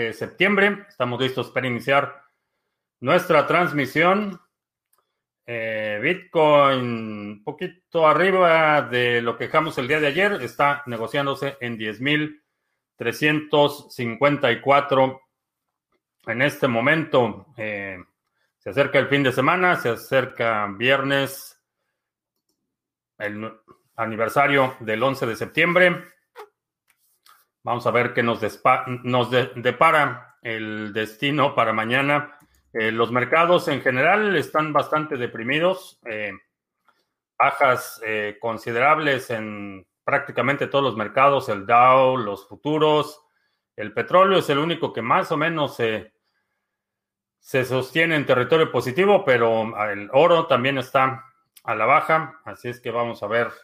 de septiembre. Estamos listos para iniciar nuestra transmisión. Bitcoin un poquito arriba de lo que dejamos el día de ayer. Está negociándose en 10,354 en este momento. Se acerca el fin de semana, se acerca viernes, el aniversario del 11 de septiembre. Vamos a ver qué nos depara el destino para mañana. Los mercados en general están bastante deprimidos. Bajas considerables en prácticamente todos los mercados, el Dow, los futuros. El petróleo es el único que más o menos se sostiene en territorio positivo, pero el oro también está a la baja. Así es que vamos a ver.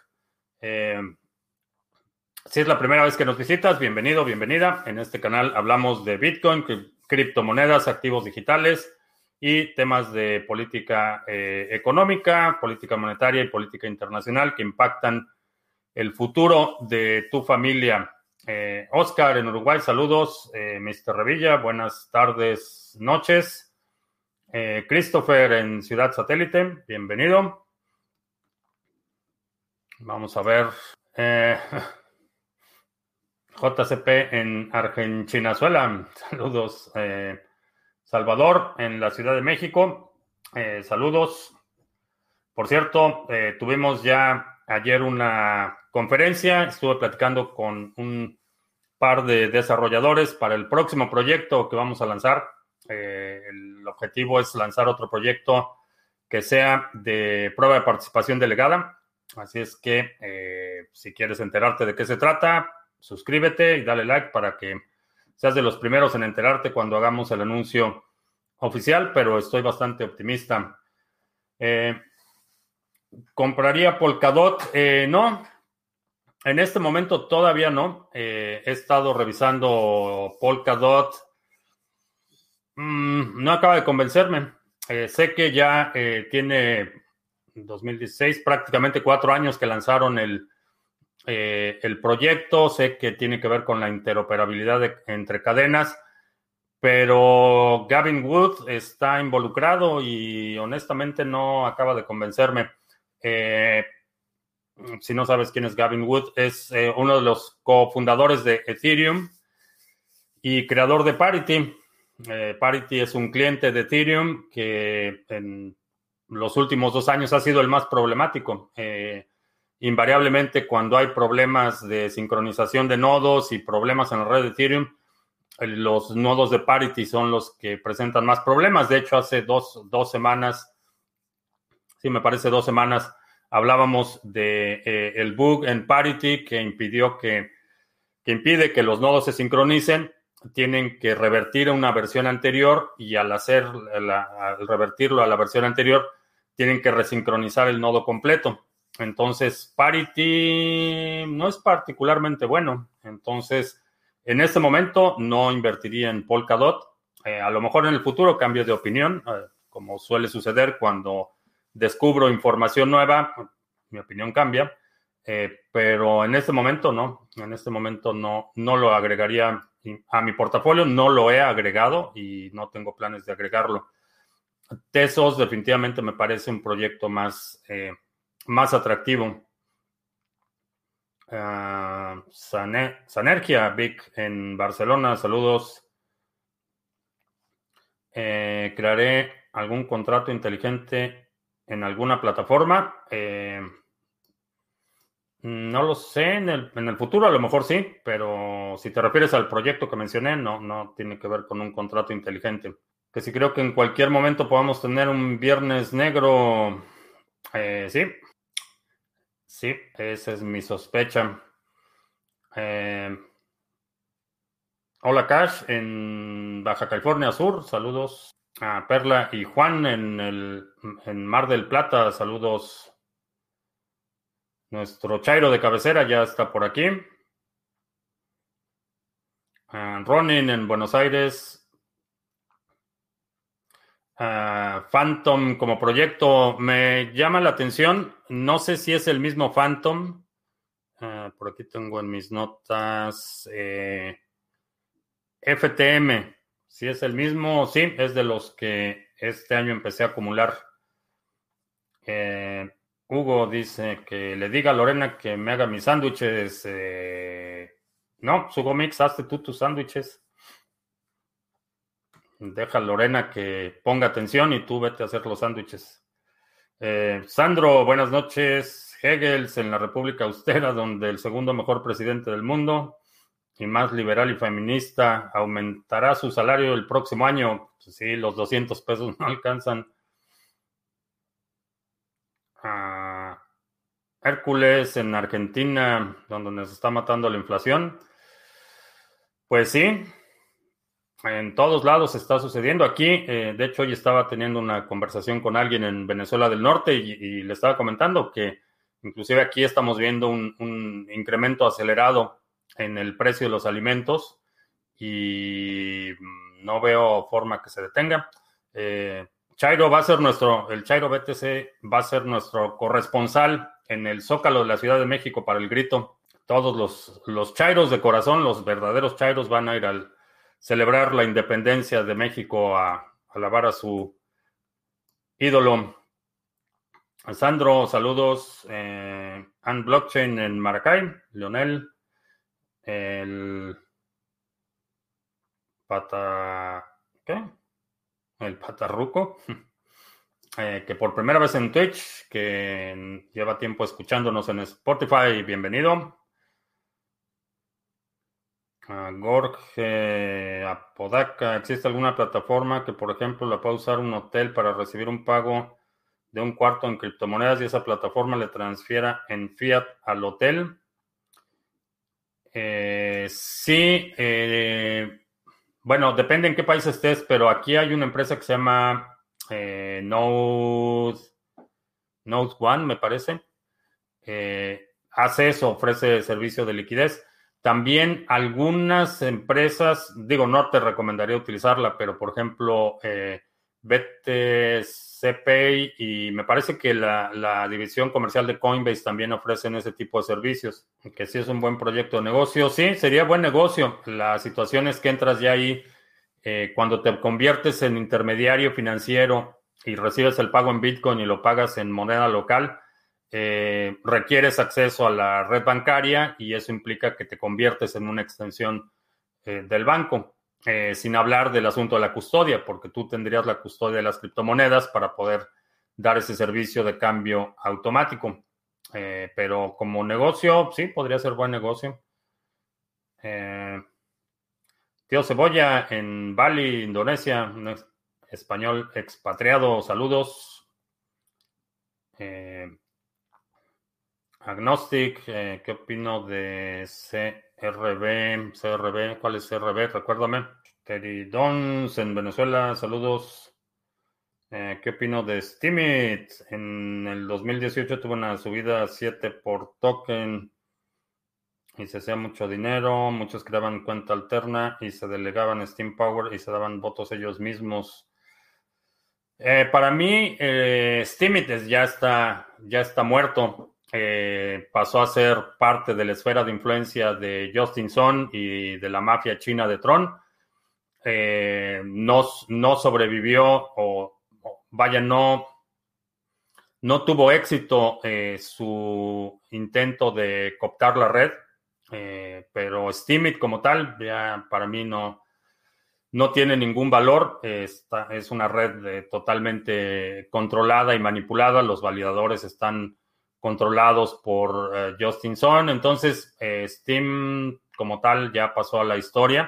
Si es la primera vez que nos visitas, bienvenido, bienvenida. En este canal hablamos de Bitcoin, criptomonedas, activos digitales y temas de política económica, política monetaria y política internacional que impactan el futuro de tu familia. Oscar en Uruguay, saludos. Mr. Revilla, buenas tardes, noches. Christopher en Ciudad Satélite, bienvenido. Vamos a ver. JCP en Argentinazuela, saludos. Salvador en la Ciudad de México, saludos. Por cierto, tuvimos ya ayer una conferencia, estuve platicando con un par de desarrolladores para el próximo proyecto que vamos a lanzar. El objetivo es lanzar otro proyecto que sea de prueba de participación delegada. Así es que si quieres enterarte de qué se trata, suscríbete y dale like para que seas de los primeros en enterarte cuando hagamos el anuncio oficial, pero estoy bastante optimista. ¿Compraría Polkadot? No, en este momento todavía no. He estado revisando Polkadot. No acaba de convencerme. Sé que ya tiene 2016, prácticamente 4 años que lanzaron el proyecto. Sé que tiene que ver con la interoperabilidad entre cadenas, pero Gavin Wood está involucrado y honestamente no acaba de convencerme. Si no sabes quién es Gavin Wood, es uno de los cofundadores de Ethereum y creador de Parity. Parity es un cliente de Ethereum que en los últimos 2 años ha sido el más problemático. Invariablemente, cuando hay problemas de sincronización de nodos y problemas en la red de Ethereum, los nodos de Parity son los que presentan más problemas. De hecho, hace dos semanas, sí, me parece 2 semanas, hablábamos de el bug en Parity que impide que los nodos se sincronicen. Tienen que revertir a una versión anterior y al revertirlo a la versión anterior, tienen que resincronizar el nodo completo. Entonces, Parity no es particularmente bueno. Entonces, en este momento no invertiría en Polkadot. A lo mejor en el futuro cambio de opinión, como suele suceder cuando descubro información nueva, mi opinión cambia. Pero en este momento no. En este momento no lo agregaría a mi portafolio. No lo he agregado y no tengo planes de agregarlo. Tesos definitivamente me parece un proyecto más atractivo. Sanergia, Vic, en Barcelona, saludos. ¿Crearé algún contrato inteligente en alguna plataforma? No lo sé, en el futuro a lo mejor sí, pero si te refieres al proyecto que mencioné, no tiene que ver con un contrato inteligente. Que si creo que en cualquier momento podamos tener un viernes negro, sí. Sí, esa es mi sospecha. Hola Cash en Baja California Sur, saludos a Perla y Juan en Mar del Plata, saludos. Nuestro Chairo de cabecera ya está por aquí. Ronin en Buenos Aires. Phantom como proyecto me llama la atención. No sé si es el mismo Phantom. Por aquí tengo en mis notas FTM, si es el mismo, sí, es de los que este año empecé a acumular. Hugo dice que le diga a Lorena que me haga mis sándwiches. No, Hugo Mix, hazte tú tus sándwiches. Deja a Lorena que ponga atención y tú vete a hacer los sándwiches. Sandro, buenas noches. Hegels en la República Austera, donde el segundo mejor presidente del mundo y más liberal y feminista aumentará su salario el próximo año. Pues sí, los 200 pesos no alcanzan. Hércules en Argentina, donde nos está matando la inflación. Pues sí, en todos lados está sucediendo. Aquí, de hecho, hoy estaba teniendo una conversación con alguien en Venezuela del Norte y le estaba comentando que inclusive aquí estamos viendo un incremento acelerado en el precio de los alimentos y no veo forma que se detenga. Chairo va a ser el Chairo BTC va a ser nuestro corresponsal en el Zócalo de la Ciudad de México para el grito. Todos los Chairos de corazón, los verdaderos Chairos, van a ir al celebrar la independencia de México a alabar a su ídolo. Sandro, saludos. And Blockchain en Maracay. Leonel. El ¿Qué? El Patarruco. Que por primera vez en Twitch, que lleva tiempo escuchándonos en Spotify. Bienvenido. Gorge Apodaca, ¿existe alguna plataforma que, por ejemplo, la pueda usar un hotel para recibir un pago de un cuarto en criptomonedas y esa plataforma le transfiera en fiat al hotel? Sí, bueno, depende en qué país estés, pero aquí hay una empresa que se llama Node One, me parece. Hace eso, ofrece servicio de liquidez. También algunas empresas, digo, no te recomendaría utilizarla, pero por ejemplo, BTC Pay y me parece que la división comercial de Coinbase también ofrecen ese tipo de servicios, que sí es un buen proyecto de negocio. Sí, sería buen negocio. La situación es que entras ya ahí cuando te conviertes en intermediario financiero y recibes el pago en Bitcoin y lo pagas en moneda local. Requieres acceso a la red bancaria y eso implica que te conviertes en una extensión del banco, sin hablar del asunto de la custodia, porque tú tendrías la custodia de las criptomonedas para poder dar ese servicio de cambio automático. Pero como negocio, sí, podría ser buen negocio. Tío Cebolla en Bali, Indonesia, un español expatriado, saludos. Agnostic, ¿qué opino de CRB? CRB, ¿cuál es CRB? Recuérdame. Terry Dons en Venezuela, saludos. ¿Qué opino de Steemit? En el 2018 tuvo una subida 7 por token y se hacía mucho dinero. Muchos creaban cuenta alterna y se delegaban Steam Power y se daban votos ellos mismos. Para mí, Steemit ya está muerto. Pasó a ser parte de la esfera de influencia de Justin Sun y de la mafia china de Tron. No sobrevivió vaya, no tuvo éxito su intento de cooptar la red, pero Steemit como tal, ya para mí no tiene ningún valor. Es una red totalmente controlada y manipulada. Los validadores están controlados por Justin Sun. Entonces, Steam como tal ya pasó a la historia.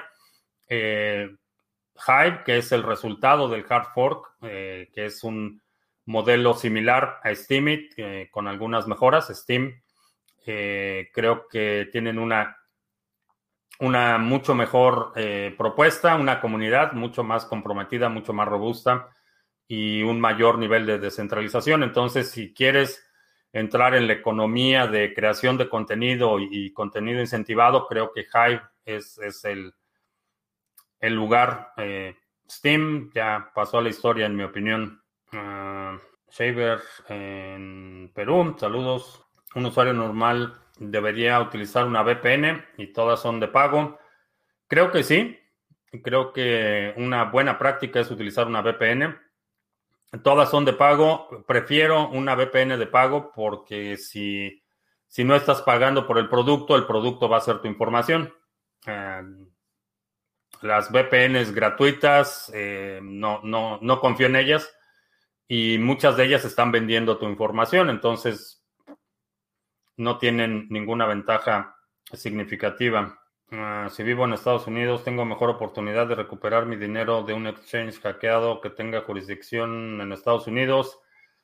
Hive, que es el resultado del hard fork, que es un modelo similar a Steemit, con algunas mejoras. Steam, creo que tienen una mucho mejor propuesta, una comunidad mucho más comprometida, mucho más robusta y un mayor nivel de descentralización. Entonces, si quieres entrar en la economía de creación de contenido y contenido incentivado, creo que Hive es el lugar. Steam ya pasó a la historia, en mi opinión. Shaver en Perú, saludos. Un usuario normal debería utilizar una VPN y todas son de pago. Creo que sí. Creo que una buena práctica es utilizar una VPN. Todas son de pago. Prefiero una VPN de pago porque si no estás pagando por el producto va a ser tu información. Eh, las VPNs gratuitas, no confío en ellas y muchas de ellas están vendiendo tu información, entonces no tienen ninguna ventaja significativa. Si vivo en Estados Unidos, tengo mejor oportunidad de recuperar mi dinero de un exchange hackeado que tenga jurisdicción en Estados Unidos.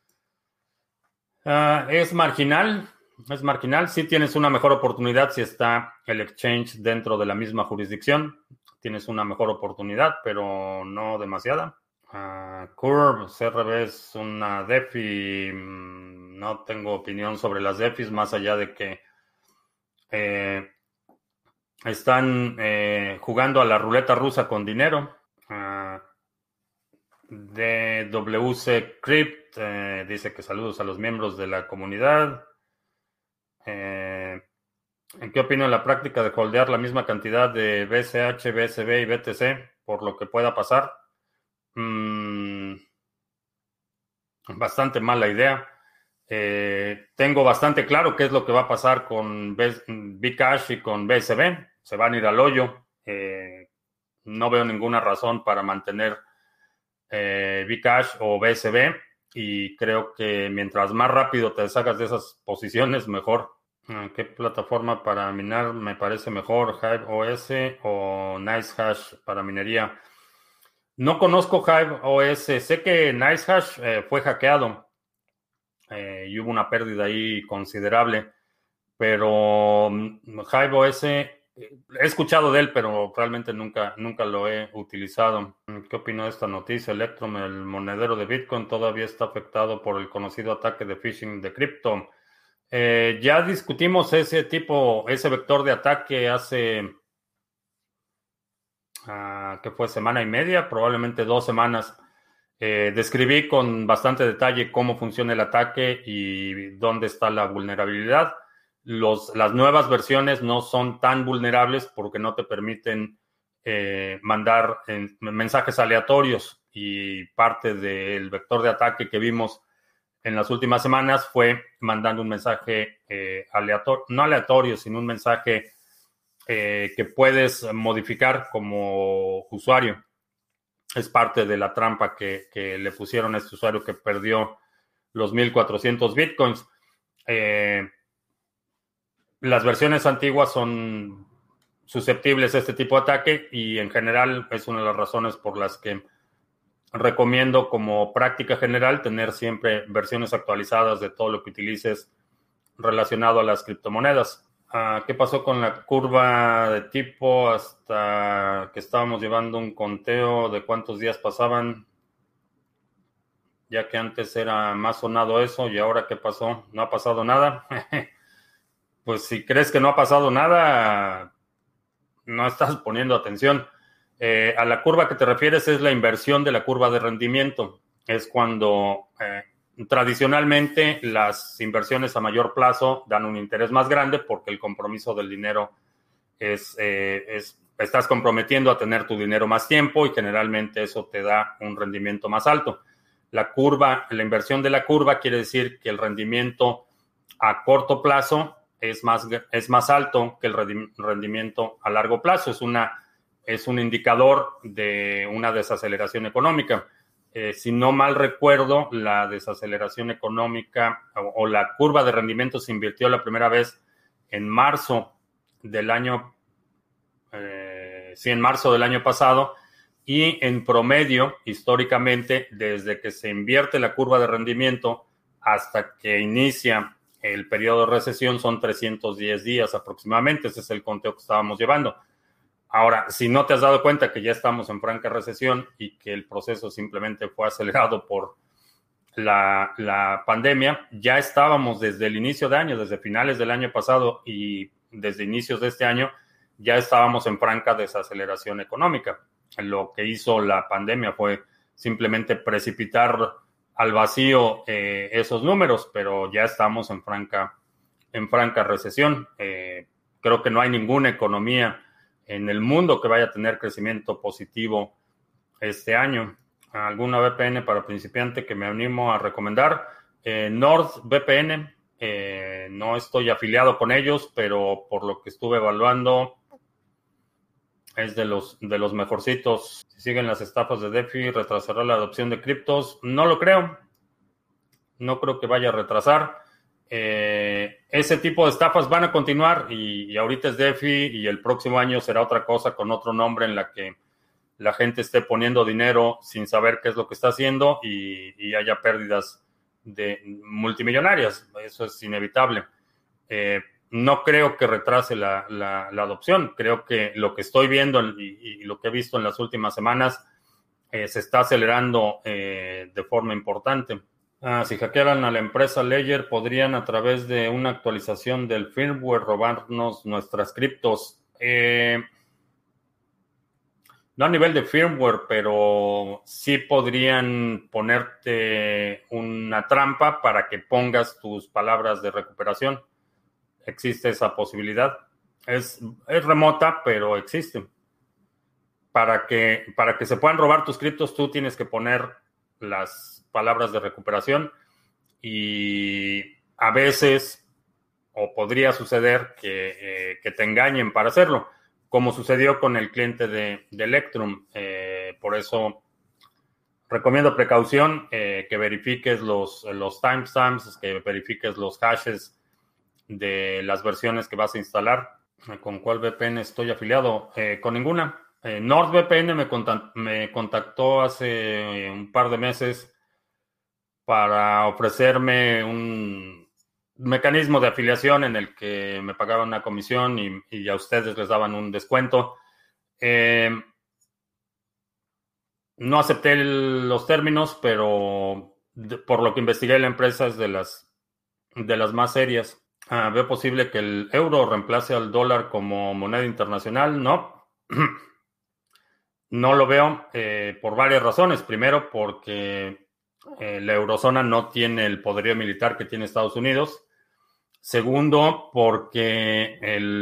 Es marginal, es marginal. Sí tienes una mejor oportunidad si está el exchange dentro de la misma jurisdicción. Tienes una mejor oportunidad, pero no demasiada. Curve, CRB es una DeFi. No tengo opinión sobre las DeFis, más allá de que están jugando a la ruleta rusa con dinero. DWC Crypt dice que saludos a los miembros de la comunidad. ¿En qué opino de la práctica de holdear la misma cantidad de BCH, BSB y BTC por lo que pueda pasar? Bastante mala idea. Tengo bastante claro qué es lo que va a pasar con Bcash y con BSB. Se van a ir al hoyo. No veo ninguna razón para mantener Bcash o BSB y creo que mientras más rápido te deshagas de esas posiciones, mejor. ¿Qué plataforma para minar me parece mejor? ¿Hive OS o NiceHash para minería? No conozco Hive OS. Sé que NiceHash fue hackeado y hubo una pérdida ahí considerable, pero Hive OS he escuchado de él, pero realmente nunca lo he utilizado. ¿Qué opino de esta noticia? Electrum, el monedero de Bitcoin, todavía está afectado por el conocido ataque de phishing de cripto. Ya discutimos ese vector de ataque hace, ¿qué fue? Semana y media, probablemente 2 semanas. Describí con bastante detalle cómo funciona el ataque y dónde está la vulnerabilidad. Las nuevas versiones no son tan vulnerables porque no te permiten mandar mensajes aleatorios y parte del vector de ataque que vimos en las últimas semanas fue mandando un mensaje aleatorio, no aleatorio, sino un mensaje que puedes modificar como usuario. Es parte de la trampa que le pusieron a este usuario que perdió los 1,400 bitcoins. Las versiones antiguas son susceptibles a este tipo de ataque y en general es una de las razones por las que recomiendo como práctica general tener siempre versiones actualizadas de todo lo que utilices relacionado a las criptomonedas. ¿Qué pasó con la curva de tipo hasta que estábamos llevando un conteo de cuántos días pasaban? Ya que antes era más sonado eso y ahora ¿qué pasó? ¿No ha pasado nada? Pues si crees que no ha pasado nada, no estás poniendo atención. A la curva que te refieres es la inversión de la curva de rendimiento. Es cuando tradicionalmente las inversiones a mayor plazo dan un interés más grande porque el compromiso del dinero estás comprometiendo a tener tu dinero más tiempo y generalmente eso te da un rendimiento más alto. La inversión de la curva quiere decir que el rendimiento a corto plazo es más alto que el rendimiento a largo plazo. Es un indicador de una desaceleración económica. Si no mal recuerdo, la desaceleración económica o la curva de rendimiento se invirtió la primera vez en marzo del año pasado y en promedio, históricamente, desde que se invierte la curva de rendimiento hasta que inicia el periodo de recesión son 310 días aproximadamente. Ese es el conteo que estábamos llevando. Ahora, si no te has dado cuenta que ya estamos en franca recesión y que el proceso simplemente fue acelerado por la pandemia, ya estábamos desde el inicio de año, desde finales del año pasado y desde inicios de este año, ya estábamos en franca desaceleración económica. Lo que hizo la pandemia fue simplemente precipitar al vacío esos números, pero ya estamos en franca recesión. Creo que no hay ninguna economía en el mundo que vaya a tener crecimiento positivo este año. ¿Alguna VPN para principiante que me animo a recomendar? NordVPN. No estoy afiliado con ellos, pero por lo que estuve evaluando, es de los mejorcitos. Si siguen las estafas de DeFi, ¿retrasará la adopción de criptos? No lo creo. No creo que vaya a retrasar. Ese tipo de estafas van a continuar y ahorita es DeFi y el próximo año será otra cosa con otro nombre en la que la gente esté poniendo dinero sin saber qué es lo que está haciendo y haya pérdidas de multimillonarias. Eso es inevitable. No creo que retrase la adopción. Creo que lo que estoy viendo y lo que he visto en las últimas semanas se está acelerando de forma importante. Si hackearan a la empresa Ledger, podrían a través de una actualización del firmware robarnos nuestras criptos. No a nivel de firmware, pero sí podrían ponerte una trampa para que pongas tus palabras de recuperación. Existe esa posibilidad. Es remota, pero existe. Para que se puedan robar tus criptos, tú tienes que poner las palabras de recuperación y a veces, o podría suceder, que te engañen para hacerlo, como sucedió con el cliente de Electrum. Por eso recomiendo precaución, que verifiques los timestamps, que verifiques los hashes de las versiones que vas a instalar. ¿Con cuál VPN estoy afiliado? Con ninguna. NordVPN me contactó hace un par de meses para ofrecerme un mecanismo de afiliación en el que me pagaban una comisión y a ustedes les daban un descuento. No acepté los términos, pero por lo que investigué, la empresa es de las más serias. ¿Veo posible que el euro reemplace al dólar como moneda internacional? No. No lo veo por varias razones. Primero, porque la eurozona no tiene el poderío militar que tiene Estados Unidos. Segundo, porque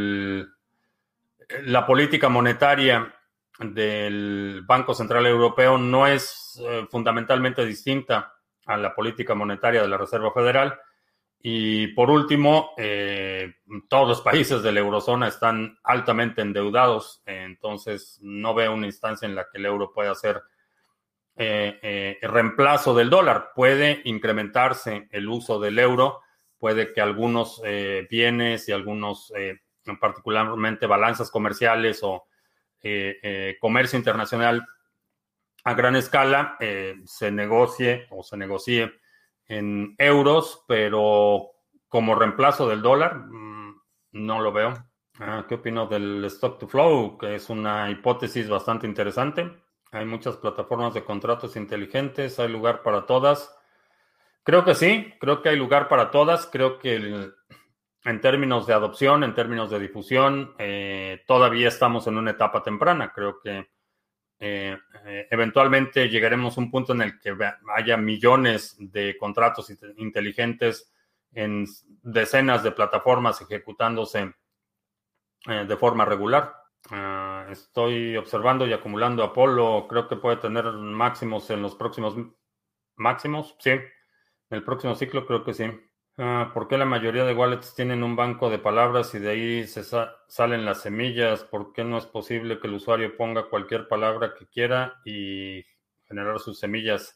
la política monetaria del Banco Central Europeo no es fundamentalmente distinta a la política monetaria de la Reserva Federal. Y por último, todos los países de la eurozona están altamente endeudados, entonces no veo una instancia en la que el euro pueda ser el reemplazo del dólar. Puede incrementarse el uso del euro, puede que algunos bienes y algunos, particularmente balanzas comerciales o comercio internacional a gran escala, se negocie en euros, pero como reemplazo del dólar, no lo veo. ¿Qué opino del stock to flow? Que es una hipótesis bastante interesante. Hay muchas plataformas de contratos inteligentes, hay lugar para todas. Creo que sí, creo que hay lugar para todas. Creo que en términos de adopción, en términos de difusión, todavía estamos en una etapa temprana. Creo que eventualmente llegaremos a un punto en el que haya millones de contratos inteligentes en decenas de plataformas ejecutándose de forma regular. Estoy observando y acumulando Apolo. Creo que puede tener máximos en los próximos máximos. Sí, en el próximo ciclo creo que sí. ¿Por qué la mayoría de wallets tienen un banco de palabras y de ahí salen las semillas? ¿Por qué no es posible que el usuario ponga cualquier palabra que quiera y generar sus semillas?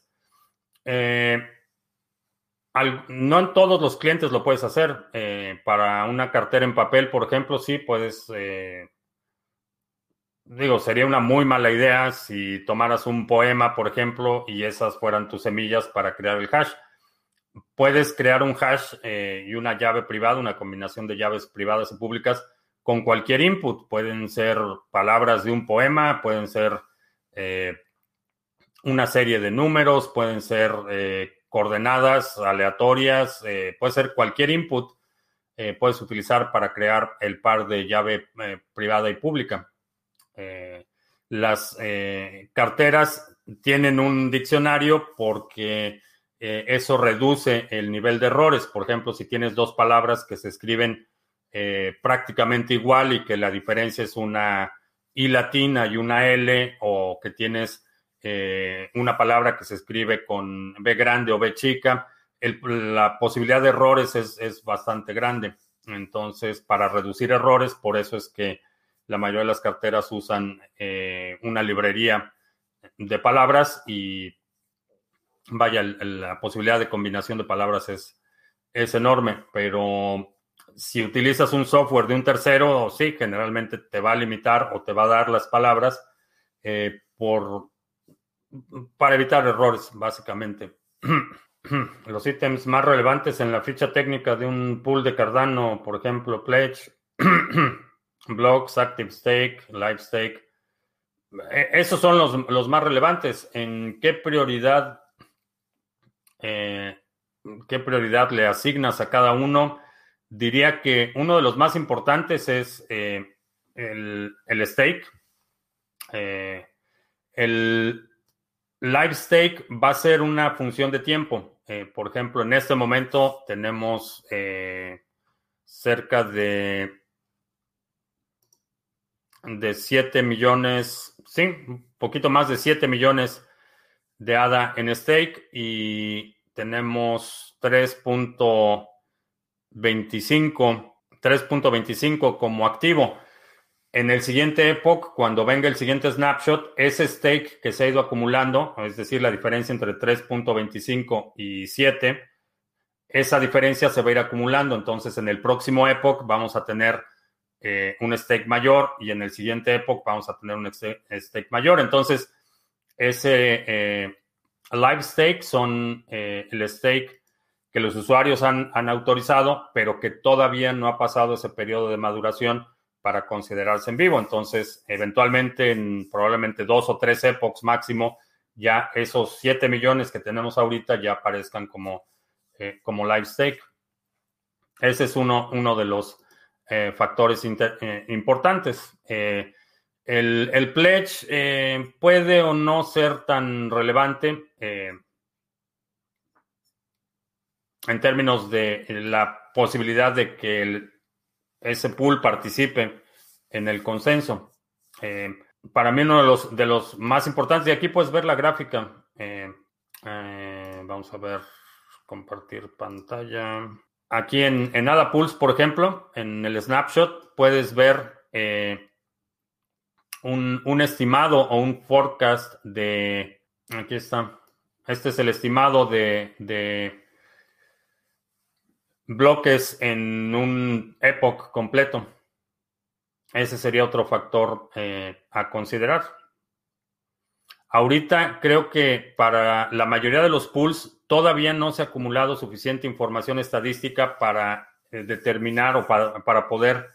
No en todos los clientes lo puedes hacer. Para una cartera en papel, por ejemplo, sí puedes. Sería una muy mala idea si tomaras un poema, por ejemplo, y esas fueran tus semillas para crear el hash. Puedes crear un hash y una llave privada, una combinación de llaves privadas y públicas con cualquier input. Pueden ser palabras de un poema, pueden ser una serie de números, pueden ser coordenadas aleatorias, puede ser cualquier input. Puedes utilizar para crear el par de llave privada y pública. Las carteras tienen un diccionario porque eso reduce el nivel de errores. Por ejemplo, si tienes dos palabras que se escriben prácticamente igual y que la diferencia es una I latina y una L, o que tienes una palabra que se escribe con B grande o B chica, la posibilidad de errores es bastante grande. Entonces, para reducir errores, por eso es que la mayoría de las carteras usan una librería de palabras y vaya, la posibilidad de combinación de palabras es enorme, pero si utilizas un software de un tercero, sí, generalmente te va a limitar o te va a dar las palabras eh, por, para evitar errores, básicamente. Los ítems más relevantes en la ficha técnica de un pool de Cardano, por ejemplo, Pledge, Blocks, Active Stake, Live Stake. Esos son los más relevantes. ¿En eh, qué prioridad le asignas a cada uno? Diría que uno de los más importantes es el stake. El live stake va a ser una función de tiempo. Por ejemplo, en este momento tenemos cerca de 7 millones, sí, un poquito más de 7 millones de ADA en stake y tenemos 3.25 como activo. En el siguiente epoch, cuando venga el siguiente snapshot, ese stake que se ha ido acumulando, es decir, la diferencia entre 3.25 y 7, esa diferencia se va a ir acumulando. Entonces, en el próximo epoch vamos a tener un stake mayor y en el siguiente epoch vamos a tener un stake mayor. Entonces, ese live stake son el stake que los usuarios han autorizado, pero que todavía no ha pasado ese periodo de maduración para considerarse en vivo. Entonces, eventualmente, en probablemente 2 o 3 epochs máximo, ya esos 7 millones que tenemos ahorita ya aparezcan como live stake. Ese es uno de los factores importantes. El pledge puede o no ser tan relevante en términos de la posibilidad de que ese pool participe en el consenso. Para mí uno de los más importantes, y aquí puedes ver la gráfica. Vamos a ver, compartir pantalla. Aquí en ADA Pulse, por ejemplo, en el snapshot, puedes ver un estimado o un forecast aquí está. Este es el estimado de bloques en un epoch completo. Ese sería otro factor a considerar. Ahorita creo que para la mayoría de los pools todavía no se ha acumulado suficiente información estadística para determinar o para poder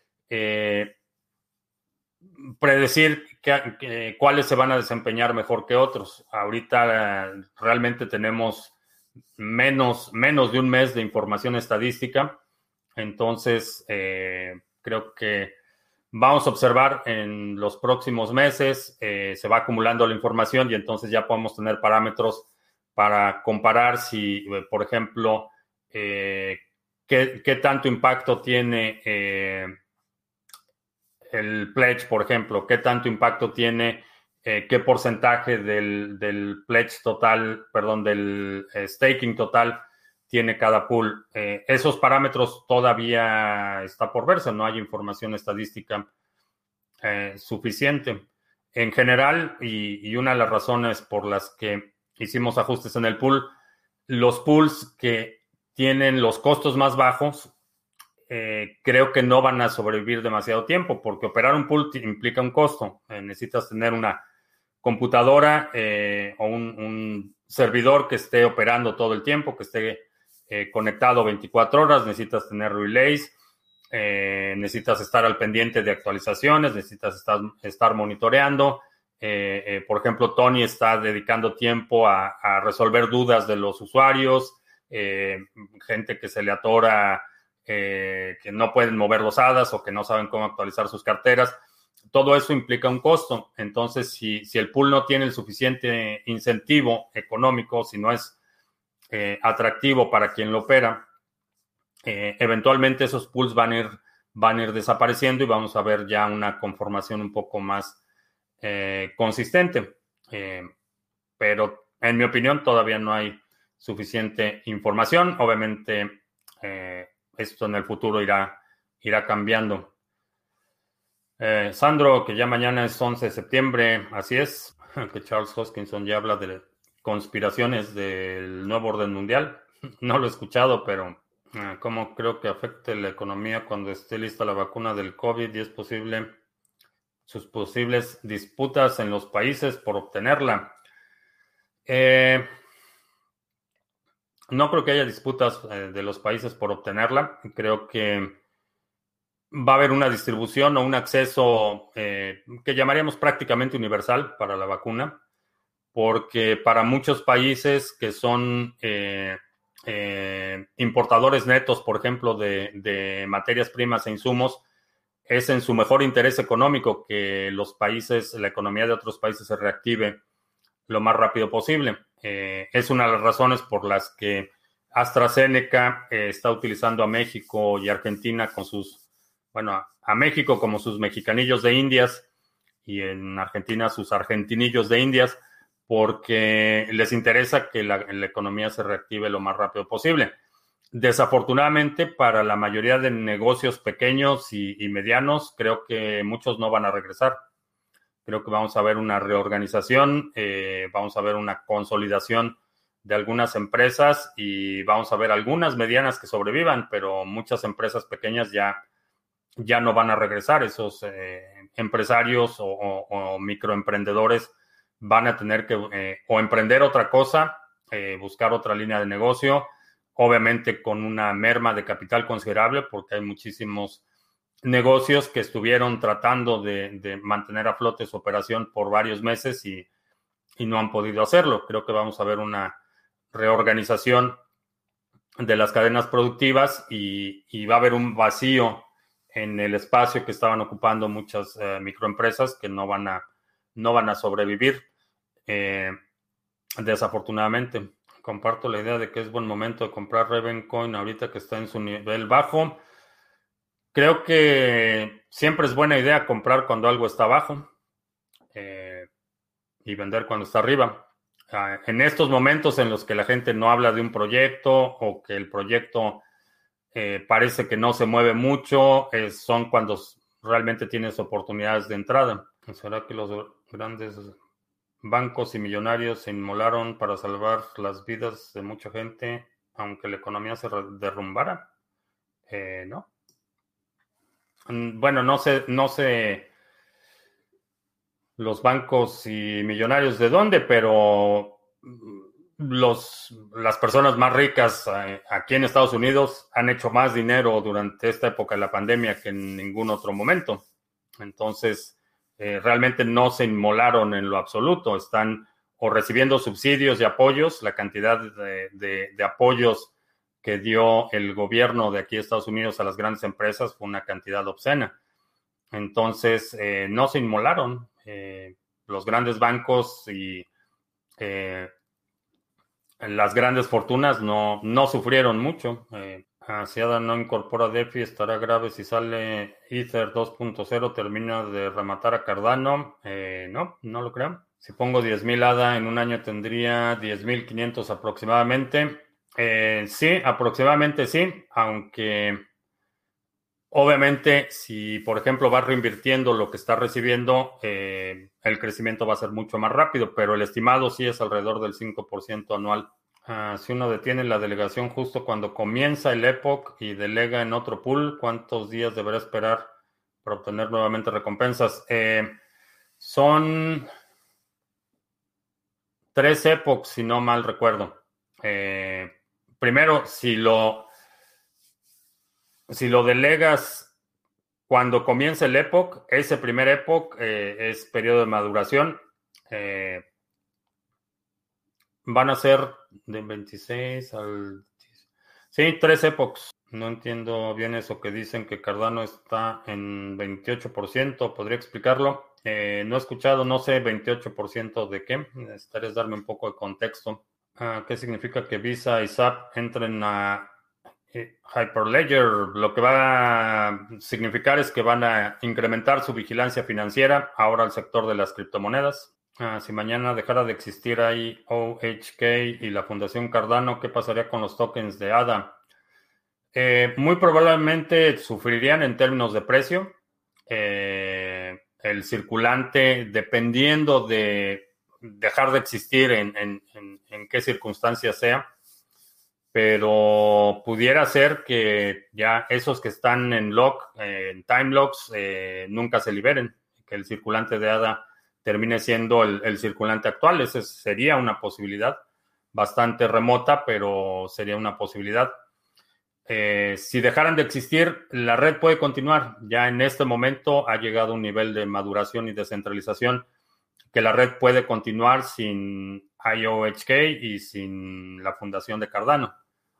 predecir cuáles se van a desempeñar mejor que otros. Ahorita realmente tenemos menos de un mes de información estadística. Entonces, creo que vamos a observar en los próximos meses, se va acumulando la información y entonces ya podemos tener parámetros para comparar si, por ejemplo, qué tanto impacto tiene el pledge, por ejemplo, qué tanto impacto tiene, qué porcentaje del pledge total, perdón, del staking total tiene cada pool. Esos parámetros todavía está por verse, no hay información estadística suficiente. En general, y una de las razones por las que hicimos ajustes en el pool, los pools que tienen los costos más bajos, creo que no van a sobrevivir demasiado tiempo, porque operar un pool implica un costo. Necesitas tener una computadora o un servidor que esté operando todo el tiempo, que esté conectado 24 horas, necesitas tener relays, necesitas estar al pendiente de actualizaciones, necesitas estar monitoreando. Por ejemplo, Tony está dedicando tiempo a resolver dudas de los usuarios, gente que se le atora, que no pueden mover los hadas o que no saben cómo actualizar sus carteras. Todo eso implica un costo. Entonces, si el pool no tiene el suficiente incentivo económico, si no es atractivo para quien lo opera, eventualmente esos pools van a ir van a ir desapareciendo y vamos a ver ya una conformación un poco más consistente. Pero en mi opinión todavía no hay suficiente información. Obviamente esto en el futuro irá cambiando. Sandro, que ya mañana es 11 de septiembre, así es, que Charles Hoskinson ya habla de conspiraciones del nuevo orden mundial. No lo he escuchado, pero ¿cómo creo que afecte la economía cuando esté lista la vacuna del COVID y es posible sus posibles disputas en los países por obtenerla? No creo que haya disputas de los países por obtenerla. Creo que va a haber una distribución o un acceso que llamaríamos prácticamente universal para la vacuna, porque para muchos países que son importadores netos, por ejemplo, de materias primas e insumos, es en su mejor interés económico que los países, la economía de otros países se reactive lo más rápido posible. Es una de las razones por las que AstraZeneca está utilizando a México y Argentina con a México como sus mexicanillos de Indias y en Argentina sus argentinillos de Indias, porque les interesa que la economía se reactive lo más rápido posible. Desafortunadamente, para la mayoría de negocios pequeños y medianos, creo que muchos no van a regresar. Creo que vamos a ver una reorganización, vamos a ver una consolidación de algunas empresas y vamos a ver algunas medianas que sobrevivan, pero muchas empresas pequeñas ya no van a regresar. Esos empresarios o microemprendedores van a tener que o emprender otra cosa, buscar otra línea de negocio, obviamente con una merma de capital considerable, porque hay muchísimos negocios que estuvieron tratando de mantener a flote su operación por varios meses y no han podido hacerlo. Creo que vamos a ver una reorganización de las cadenas productivas y va a haber un vacío en el espacio que estaban ocupando muchas microempresas que no van a sobrevivir, desafortunadamente. Comparto la idea de que es buen momento de comprar Ravencoin ahorita que está en su nivel bajo. Creo que siempre es buena idea comprar cuando algo está abajo y vender cuando está arriba. En estos momentos en los que la gente no habla de un proyecto o que el proyecto parece que no se mueve mucho, son cuando realmente tienes oportunidades de entrada. ¿Será que los grandes bancos y millonarios se inmolaron para salvar las vidas de mucha gente, aunque la economía se derrumbara? No. Bueno, no sé los bancos y millonarios de dónde, pero las personas más ricas aquí en Estados Unidos han hecho más dinero durante esta época de la pandemia que en ningún otro momento. Entonces, realmente no se inmolaron en lo absoluto. Están o recibiendo subsidios y apoyos. La cantidad de apoyos que dio el gobierno de aquí de Estados Unidos a las grandes empresas fue una cantidad obscena. Entonces, no se inmolaron. Los grandes bancos y las grandes fortunas no sufrieron mucho. Si ADA no incorpora DeFi, estará grave si sale Ether 2.0, termina de rematar a Cardano. No lo creo. Si pongo 10,000 ADA en un año tendría 10,500 aproximadamente. Sí, aproximadamente sí, aunque obviamente si por ejemplo vas reinvirtiendo lo que estás recibiendo, el crecimiento va a ser mucho más rápido, pero el estimado sí es alrededor del 5% anual. Si uno detiene la delegación justo cuando comienza el Epoch y delega en otro pool, ¿cuántos días deberá esperar para obtener nuevamente recompensas? Son 3 Epochs, si no mal recuerdo. Primero, si lo delegas cuando comienza el Epoch, ese primer Epoch es periodo de maduración. Van a ser de 26 al... Sí, 3 Epochs. No entiendo bien eso que dicen que Cardano está en 28%. ¿Podría explicarlo? No he escuchado, no sé 28% de qué. Necesitarías darme un poco de contexto. ¿Qué significa que Visa y SAP entren a Hyperledger lo que va a significar es que van a incrementar su vigilancia financiera ahora al sector de las criptomonedas. Si mañana dejara de existir ahí OHK y la Fundación Cardano, ¿qué pasaría con los tokens de ADA? Muy probablemente sufrirían en términos de precio. El circulante, dependiendo de dejar de existir en qué circunstancias sea, pero pudiera ser que ya esos que están en lock, en time locks, nunca se liberen, que el circulante de ADA termine siendo el circulante actual. Esa sería una posibilidad bastante remota, pero sería una posibilidad. Si dejaran de existir, la red puede continuar. Ya en este momento ha llegado a un nivel de maduración y descentralización que la red puede continuar sin IOHK y sin la fundación de Cardano.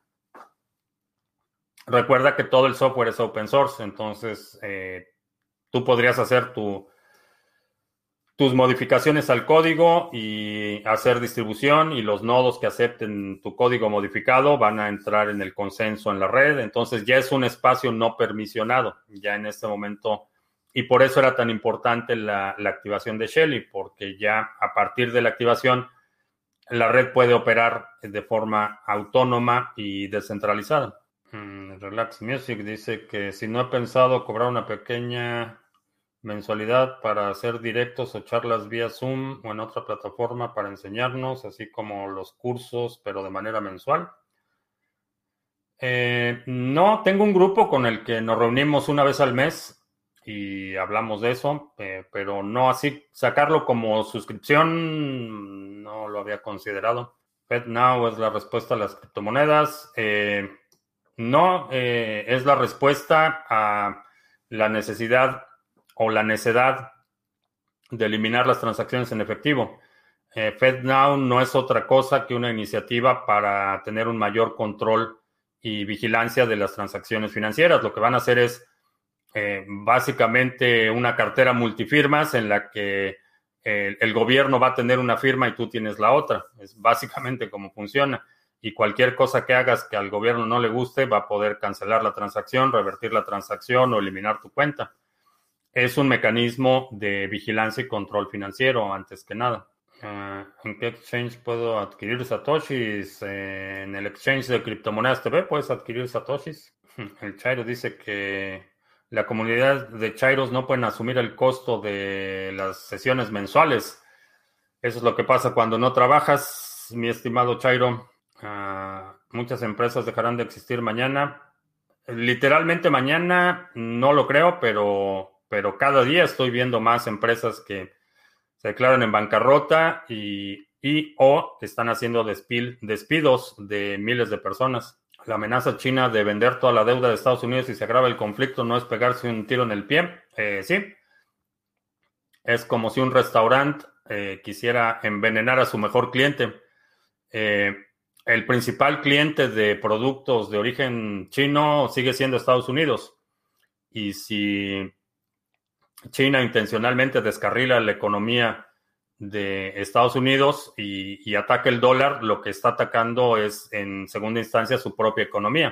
Recuerda que todo el software es open source, entonces tú podrías hacer tus modificaciones al código y hacer distribución, y los nodos que acepten tu código modificado van a entrar en el consenso en la red. Entonces ya es un espacio no permisionado ya en este momento, y por eso era tan importante la activación de Shelley, porque ya a partir de la activación la red puede operar de forma autónoma y descentralizada. Relax Music dice que si no he pensado cobrar una pequeña mensualidad para hacer directos o charlas vía Zoom o en otra plataforma para enseñarnos, así como los cursos, pero de manera mensual. No, tengo un grupo con el que nos reunimos una vez al mes y hablamos de eso, pero no así sacarlo como suscripción, no lo había considerado. FedNow es la respuesta a las criptomonedas. No, es la respuesta a la necesidad o la necedad de eliminar las transacciones en efectivo. FedNow no es otra cosa que una iniciativa para tener un mayor control y vigilancia de las transacciones financieras. Lo que van a hacer es básicamente una cartera multifirmas en la que el gobierno va a tener una firma y tú tienes la otra. Es básicamente cómo funciona. Y cualquier cosa que hagas que al gobierno no le guste, va a poder cancelar la transacción, revertir la transacción o eliminar tu cuenta. Es un mecanismo de vigilancia y control financiero, antes que nada. ¿En qué exchange puedo adquirir satoshis? En el exchange de criptomonedas TV puedes adquirir satoshis. El Chairo dice que la comunidad de Chairos no pueden asumir el costo de las sesiones mensuales. Eso es lo que pasa cuando no trabajas, mi estimado Chairo. Muchas empresas dejarán de existir mañana. Literalmente mañana no lo creo, pero cada día estoy viendo más empresas que se declaran en bancarrota o están haciendo despidos de miles de personas. La amenaza china de vender toda la deuda de Estados Unidos si se agrava el conflicto no es pegarse un tiro en el pie. Sí, es como si un restaurante quisiera envenenar a su mejor cliente. El principal cliente de productos de origen chino sigue siendo Estados Unidos. Y si China intencionalmente descarrila la economía de Estados Unidos y ataca el dólar, lo que está atacando es, en segunda instancia, su propia economía.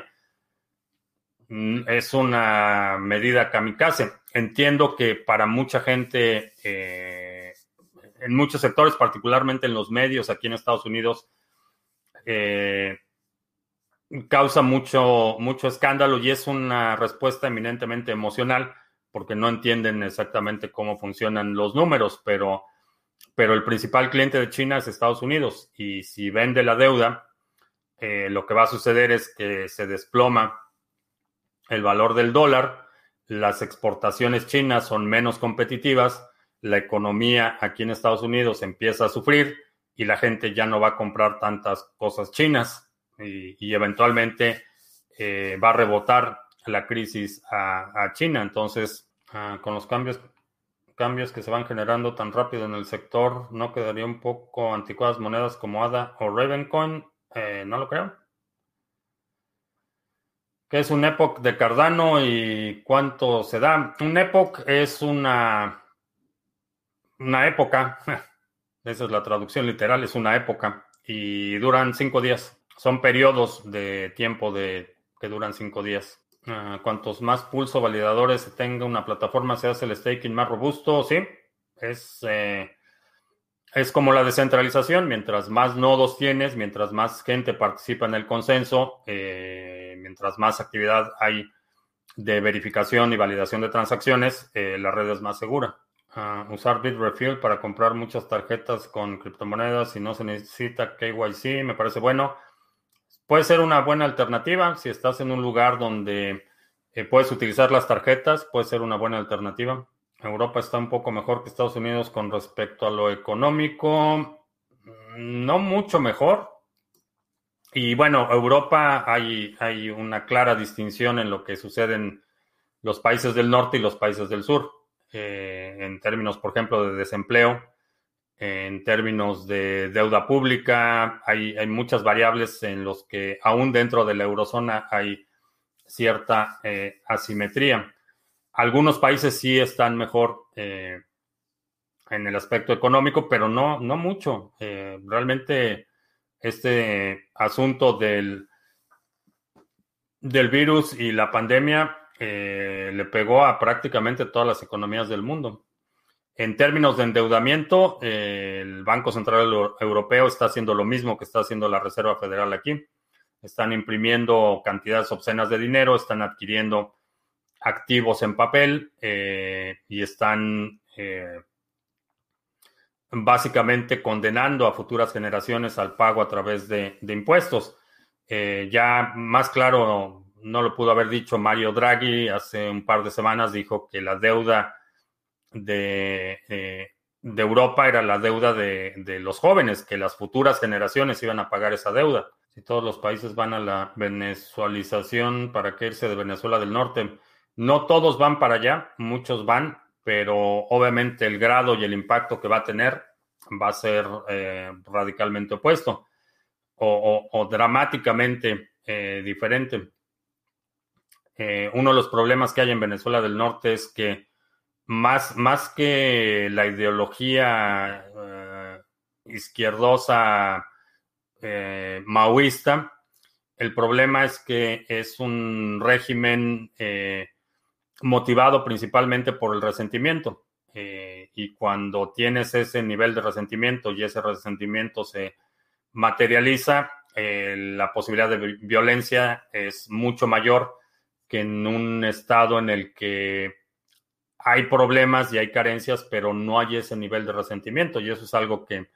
Es una medida kamikaze. Entiendo que para mucha gente, en muchos sectores, particularmente en los medios aquí en Estados Unidos, causa mucho escándalo, y es una respuesta eminentemente emocional porque no entienden exactamente cómo funcionan los números, pero el principal cliente de China es Estados Unidos, y si vende la deuda, lo que va a suceder es que se desploma el valor del dólar, las exportaciones chinas son menos competitivas, la economía aquí en Estados Unidos empieza a sufrir y la gente ya no va a comprar tantas cosas chinas. Y eventualmente va a rebotar la crisis a China. Entonces, con los cambios que se van generando tan rápido en el sector, ¿no quedaría un poco anticuadas monedas como ADA o Ravencoin? No lo creo. ¿Qué es un epoch de Cardano y cuánto se da? Un epoch es una época, esa es la traducción literal, es una época, y duran 5 días. Son periodos de tiempo de que duran 5 días. Cuantos más pulso validadores se tenga una plataforma, se hace el staking más robusto. Sí, es, es como la descentralización. Mientras más nodos tienes, mientras más gente participa en el consenso, mientras más actividad hay de verificación y validación de transacciones, la red es más segura. Usar Bitrefill para comprar muchas tarjetas con criptomonedas si no se necesita KYC me parece bueno. Puede ser una buena alternativa. Si estás en un lugar donde puedes utilizar las tarjetas, puede ser una buena alternativa. Europa está un poco mejor que Estados Unidos con respecto a lo económico. No mucho mejor. Y bueno, Europa hay una clara distinción en lo que sucede en los países del norte y los países del sur. En términos, por ejemplo, de desempleo, en términos de deuda pública, hay muchas variables en los que aún dentro de la eurozona hay cierta asimetría. Algunos países sí están mejor en el aspecto económico, pero no mucho. Realmente este asunto del virus y la pandemia le pegó a prácticamente todas las economías del mundo. En términos de endeudamiento, el Banco Central Europeo está haciendo lo mismo que está haciendo la Reserva Federal aquí. Están imprimiendo cantidades obscenas de dinero, están adquiriendo activos en papel y están básicamente condenando a futuras generaciones al pago a través de impuestos. Ya más claro, no lo pudo haber dicho Mario Draghi hace un par de semanas, dijo que la deuda de Europa era la deuda de los jóvenes, que las futuras generaciones iban a pagar esa deuda. Si todos los países van a la venezualización, ¿para qué irse de Venezuela del Norte? No todos van para allá, muchos van, pero obviamente el grado y el impacto que va a tener va a ser radicalmente opuesto o dramáticamente diferente. Uno de los problemas que hay en Venezuela del Norte es que más que la ideología izquierdosa maoísta, el problema es que es un régimen motivado principalmente por el resentimiento. Y cuando tienes ese nivel de resentimiento y ese resentimiento se materializa, la posibilidad de violencia es mucho mayor que en un estado en el que hay problemas y hay carencias, pero no hay ese nivel de resentimiento. Y eso es algo que,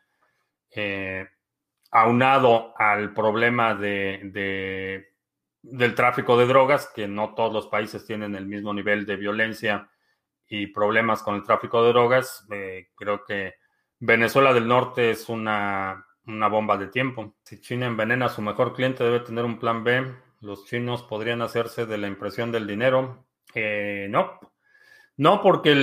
aunado al problema del tráfico de drogas, que no todos los países tienen el mismo nivel de violencia y problemas con el tráfico de drogas, creo que Venezuela del Norte es una bomba de tiempo. Si China envenena a su mejor cliente, debe tener un plan B. Los chinos podrían hacerse de la impresión del dinero. No. No, porque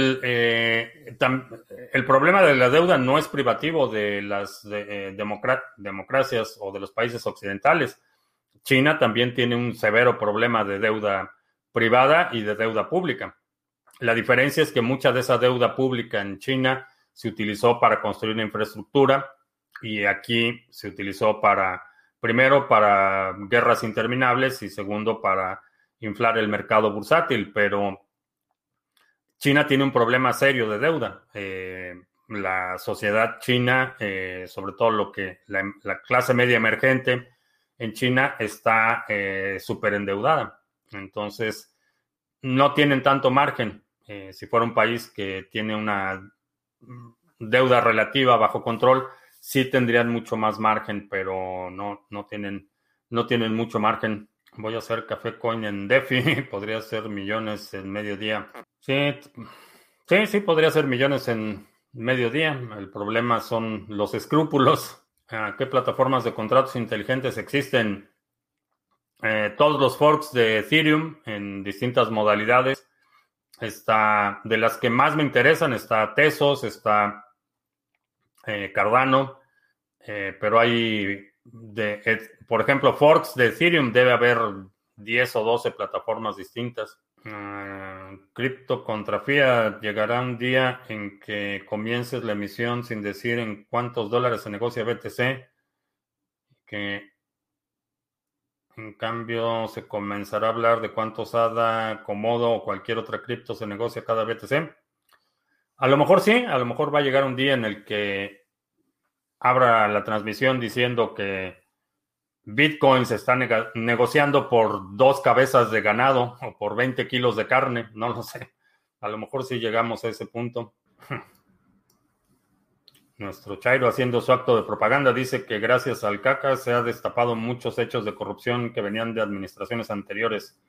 el problema de la deuda no es privativo de las democracias o de los países occidentales. China también tiene un severo problema de deuda privada y de deuda pública. La diferencia es que mucha de esa deuda pública en China se utilizó para construir una infraestructura y aquí se utilizó primero, para guerras interminables y segundo, para inflar el mercado bursátil, pero China tiene un problema serio de deuda. La sociedad china, sobre todo la clase media emergente en China, está súper endeudada. Entonces, no tienen tanto margen. Si fuera un país que tiene una deuda relativa bajo control, sí tendrían mucho más margen, pero no tienen mucho margen. Voy a hacer café coin en DeFi, podría ser millones en medio día. Sí, sí, podría ser millones en medio día. El problema son los escrúpulos. ¿Qué plataformas de contratos inteligentes existen? Todos los forks de Ethereum en distintas modalidades. De las que más me interesan, está Tesos, está Cardano, pero por ejemplo, forks de Ethereum debe haber 10 o 12 plataformas distintas. Cripto contra fiat, llegará un día en que comiences la emisión sin decir en cuántos dólares se negocia BTC, que En cambio, se comenzará a hablar de cuánto SADA, Komodo o cualquier otra cripto se negocia cada BTC. A lo mejor sí, a lo mejor va a llegar un día en el que abra la transmisión diciendo que Bitcoin se está negociando por 2 cabezas de ganado o por 20 kilos de carne, no lo sé. A lo mejor sí llegamos a ese punto. Nuestro Chairo haciendo su acto de propaganda dice que gracias al CACA se ha destapado muchos hechos de corrupción que venían de administraciones anteriores.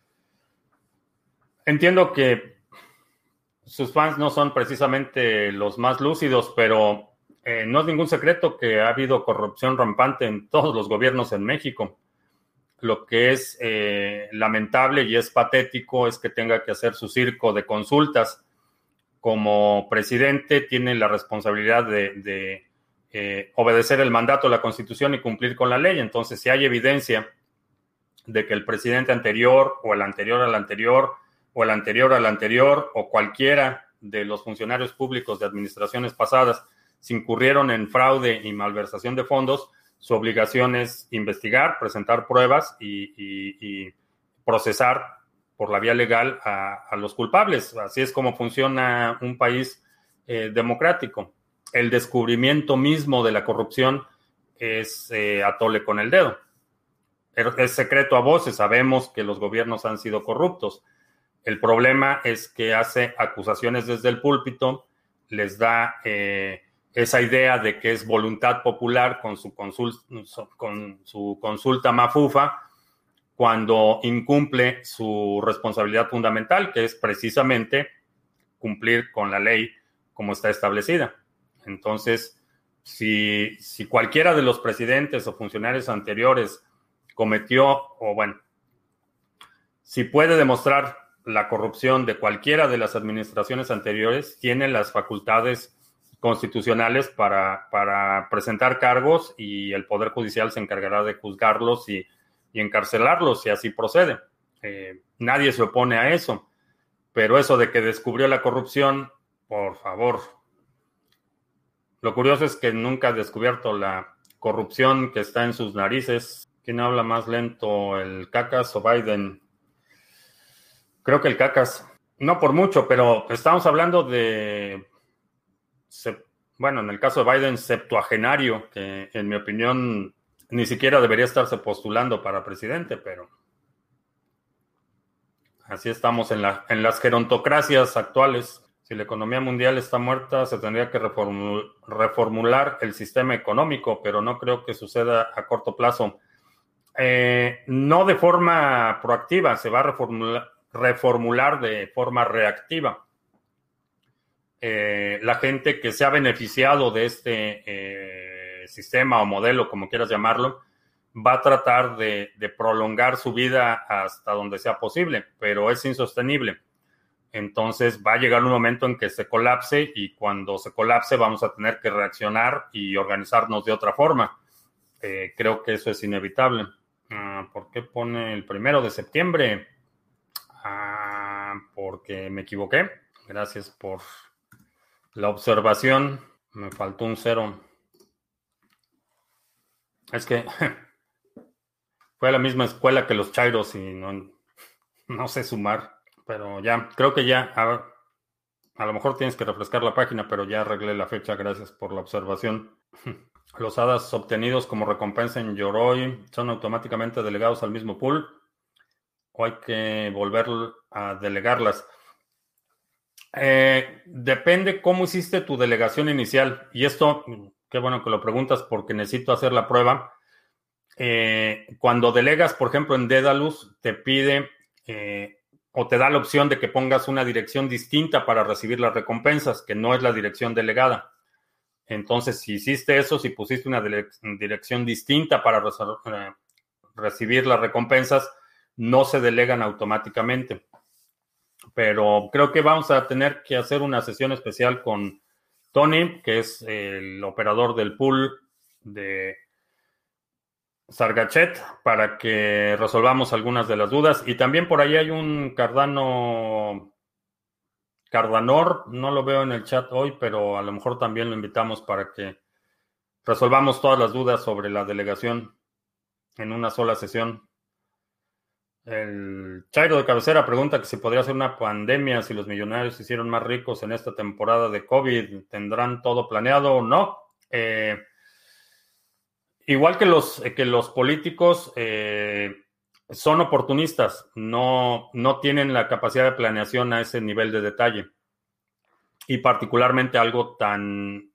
Entiendo que sus fans no son precisamente los más lúcidos, pero no es ningún secreto que ha habido corrupción rampante en todos los gobiernos en México. Lo que es lamentable y es patético es que tenga que hacer su circo de consultas. Como presidente tiene la responsabilidad de obedecer el mandato de la Constitución y cumplir con la ley. Entonces, si hay evidencia de que el presidente anterior o el anterior al anterior o el anterior al anterior o cualquiera de los funcionarios públicos de administraciones pasadas se incurrieron en fraude y malversación de fondos, su obligación es investigar, presentar pruebas y procesar por la vía legal a los culpables. Así es como funciona un país democrático. El descubrimiento mismo de la corrupción es atole con el dedo. Es secreto a voces, sabemos que los gobiernos han sido corruptos. El problema es que hace acusaciones desde el púlpito, les da esa idea de que es voluntad popular con su consulta mafufa, cuando incumple su responsabilidad fundamental, que es precisamente cumplir con la ley como está establecida. Entonces, si cualquiera de los presidentes o funcionarios anteriores cometió, o bueno, si puede demostrar la corrupción de cualquiera de las administraciones anteriores, tiene las facultades constitucionales para presentar cargos y el Poder Judicial se encargará de juzgarlos y encarcelarlos si así procede. Nadie se opone a eso, pero eso de que descubrió la corrupción, por favor. Lo curioso es que nunca ha descubierto la corrupción que está en sus narices. ¿Quién habla más lento, el Cacas o Biden? Creo que el Cacas. No por mucho, pero estamos hablando de, bueno, en el caso de Biden, septuagenario, que en mi opinión ni siquiera debería estarse postulando para presidente, pero así estamos en las gerontocracias actuales. Si la economía mundial está muerta, se tendría que reformular el sistema económico, pero no creo que suceda a corto plazo. No de forma proactiva, se va a reformular de forma reactiva. La gente que se ha beneficiado de este sistema o modelo, como quieras llamarlo, va a tratar de prolongar su vida hasta donde sea posible, pero es insostenible. Entonces va a llegar un momento en que se colapse y cuando se colapse vamos a tener que reaccionar y organizarnos de otra forma. Creo que eso es inevitable. ¿Por qué pone el 1 de septiembre? Porque me equivoqué. Gracias por la observación. Me faltó un 0. Es que fue a la misma escuela que los chairos y no sé sumar. Pero ya, creo que ya. A lo mejor tienes que refrescar la página, pero ya arreglé la fecha. Gracias por la observación. Los hadas obtenidos como recompensa en Yoroi son automáticamente delegados al mismo pool o hay que volver a delegarlas. Depende cómo hiciste tu delegación inicial. Y esto, qué bueno que lo preguntas porque necesito hacer la prueba. Cuando delegas, por ejemplo, en Dedalus, te pide o te da la opción de que pongas una dirección distinta para recibir las recompensas, que no es la dirección delegada. Entonces, si hiciste eso, si pusiste una dirección distinta para recibir las recompensas, no se delegan automáticamente. Pero creo que vamos a tener que hacer una sesión especial con Tony, que es el operador del pool de Sargachet, para que resolvamos algunas de las dudas. Y también por ahí hay un Cardanor, no lo veo en el chat hoy, pero a lo mejor también lo invitamos para que resolvamos todas las dudas sobre la delegación en una sola sesión. El Chairo de cabecera pregunta que si podría ser una pandemia si los millonarios se hicieron más ricos en esta temporada de COVID. ¿Tendrán todo planeado o no? Igual que los políticos son oportunistas, no tienen la capacidad de planeación a ese nivel de detalle. Y particularmente algo tan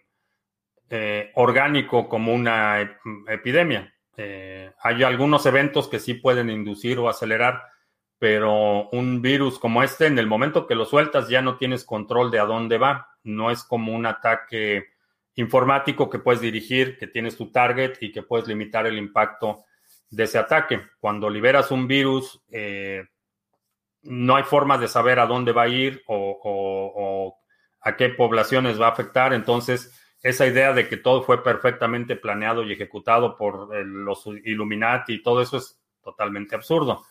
orgánico como una epidemia. Hay algunos eventos que sí pueden inducir o acelerar, pero un virus como este, en el momento que lo sueltas, ya no tienes control de a dónde va. No es como un ataque informático que puedes dirigir, que tienes tu target y que puedes limitar el impacto de ese ataque. Cuando liberas un virus, no hay forma de saber a dónde va a ir o a qué poblaciones va a afectar. Entonces, esa idea de que todo fue perfectamente planeado y ejecutado por los Illuminati y todo eso es totalmente absurdo.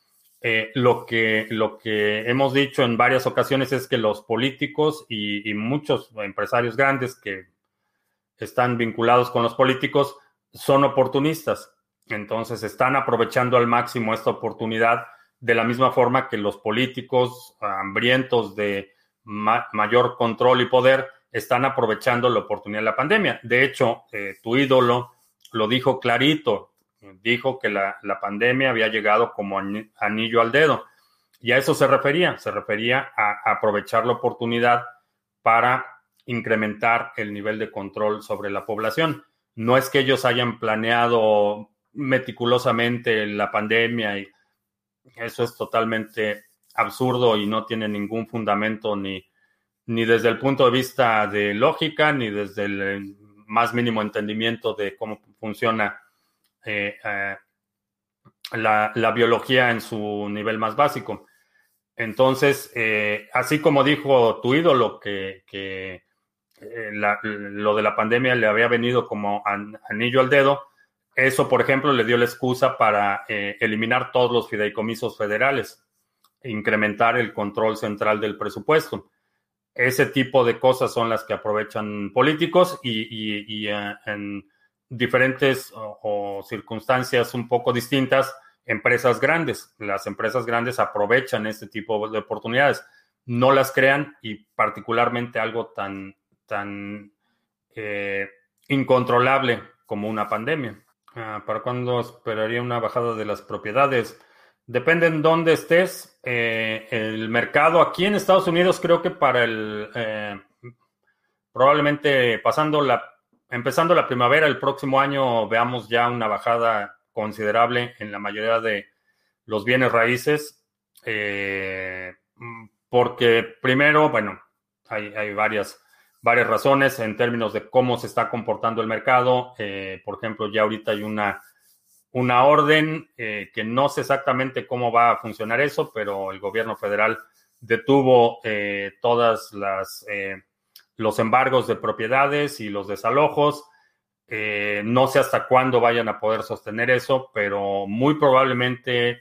Lo que hemos dicho en varias ocasiones es que los políticos y muchos empresarios grandes que están vinculados con los políticos son oportunistas. Entonces están aprovechando al máximo esta oportunidad de la misma forma que los políticos hambrientos de mayor control y poder están aprovechando la oportunidad de la pandemia. De hecho, tu ídolo lo dijo clarito, dijo que la pandemia había llegado como anillo al dedo. Y a eso se refería a aprovechar la oportunidad para incrementar el nivel de control sobre la población. No es que ellos hayan planeado meticulosamente la pandemia y eso es totalmente absurdo y no tiene ningún fundamento ni desde el punto de vista de lógica, ni desde el más mínimo entendimiento de cómo funciona la biología en su nivel más básico. Entonces, así como dijo tu ídolo que lo de la pandemia le había venido como anillo al dedo, eso, por ejemplo, le dio la excusa para eliminar todos los fideicomisos federales, incrementar el control central del presupuesto. Ese tipo de cosas son las que aprovechan políticos y en diferentes o circunstancias un poco distintas, empresas grandes. Las empresas grandes aprovechan este tipo de oportunidades, no las crean y particularmente algo tan incontrolable como una pandemia. ¿Para cuándo esperaría una bajada de las propiedades? Depende en dónde estés. El mercado aquí en Estados Unidos creo que para probablemente empezando la primavera el próximo año veamos ya una bajada considerable en la mayoría de los bienes raíces. Porque primero, bueno, hay varias razones en términos de cómo se está comportando el mercado. Por ejemplo, ya ahorita hay una orden que no sé exactamente cómo va a funcionar eso, pero el gobierno federal detuvo todas los embargos de propiedades y los desalojos. No sé hasta cuándo vayan a poder sostener eso, pero muy probablemente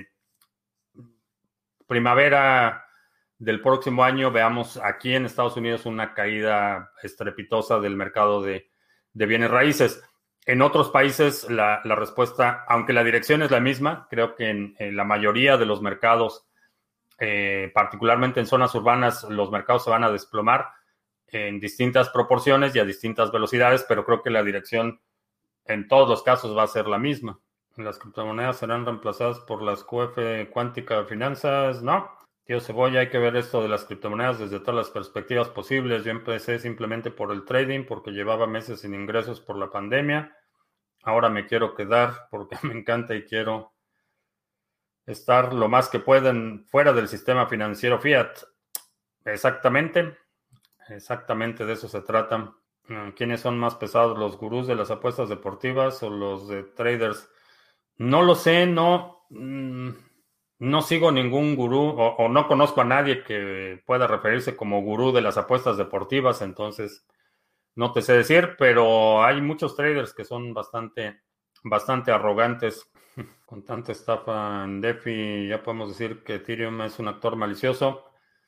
primavera del próximo año veamos aquí en Estados Unidos una caída estrepitosa del mercado de bienes raíces. En otros países la respuesta, aunque la dirección es la misma, creo que en la mayoría de los mercados, particularmente en zonas urbanas, los mercados se van a desplomar en distintas proporciones y a distintas velocidades, pero creo que la dirección en todos los casos va a ser la misma. ¿Las criptomonedas serán reemplazadas por las QF cuántica de finanzas? No. Tío Cebolla, hay que ver esto de las criptomonedas desde todas las perspectivas posibles. Yo empecé simplemente por el trading porque llevaba meses sin ingresos por la pandemia. Ahora me quiero quedar porque me encanta y quiero estar lo más que puedan fuera del sistema financiero fiat. Exactamente de eso se trata. ¿Quiénes son más pesados, los gurús de las apuestas deportivas o los de traders? No lo sé, no sigo ningún gurú o no conozco a nadie que pueda referirse como gurú de las apuestas deportivas, entonces no te sé decir, pero hay muchos traders que son bastante arrogantes. Con tanta estafa en DeFi, ya podemos decir que Ethereum es un actor malicioso.